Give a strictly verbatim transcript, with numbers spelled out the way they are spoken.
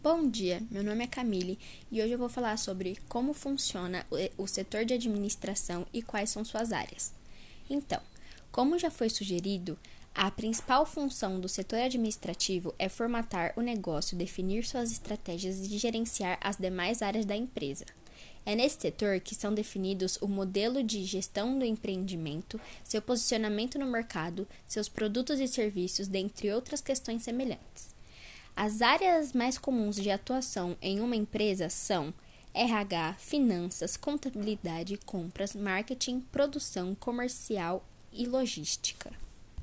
Bom dia, meu nome é Camille e hoje eu vou falar sobre como funciona o setor de administração e quais são suas áreas. Então, como já foi sugerido, a principal função do setor administrativo é formatar o negócio, definir suas estratégias e gerenciar as demais áreas da empresa. É nesse setor que são definidos o modelo de gestão do empreendimento, seu posicionamento no mercado, seus produtos e serviços, dentre outras questões semelhantes. As áreas mais comuns de atuação em uma empresa são R H, finanças, contabilidade, compras, marketing, produção, comercial e logística.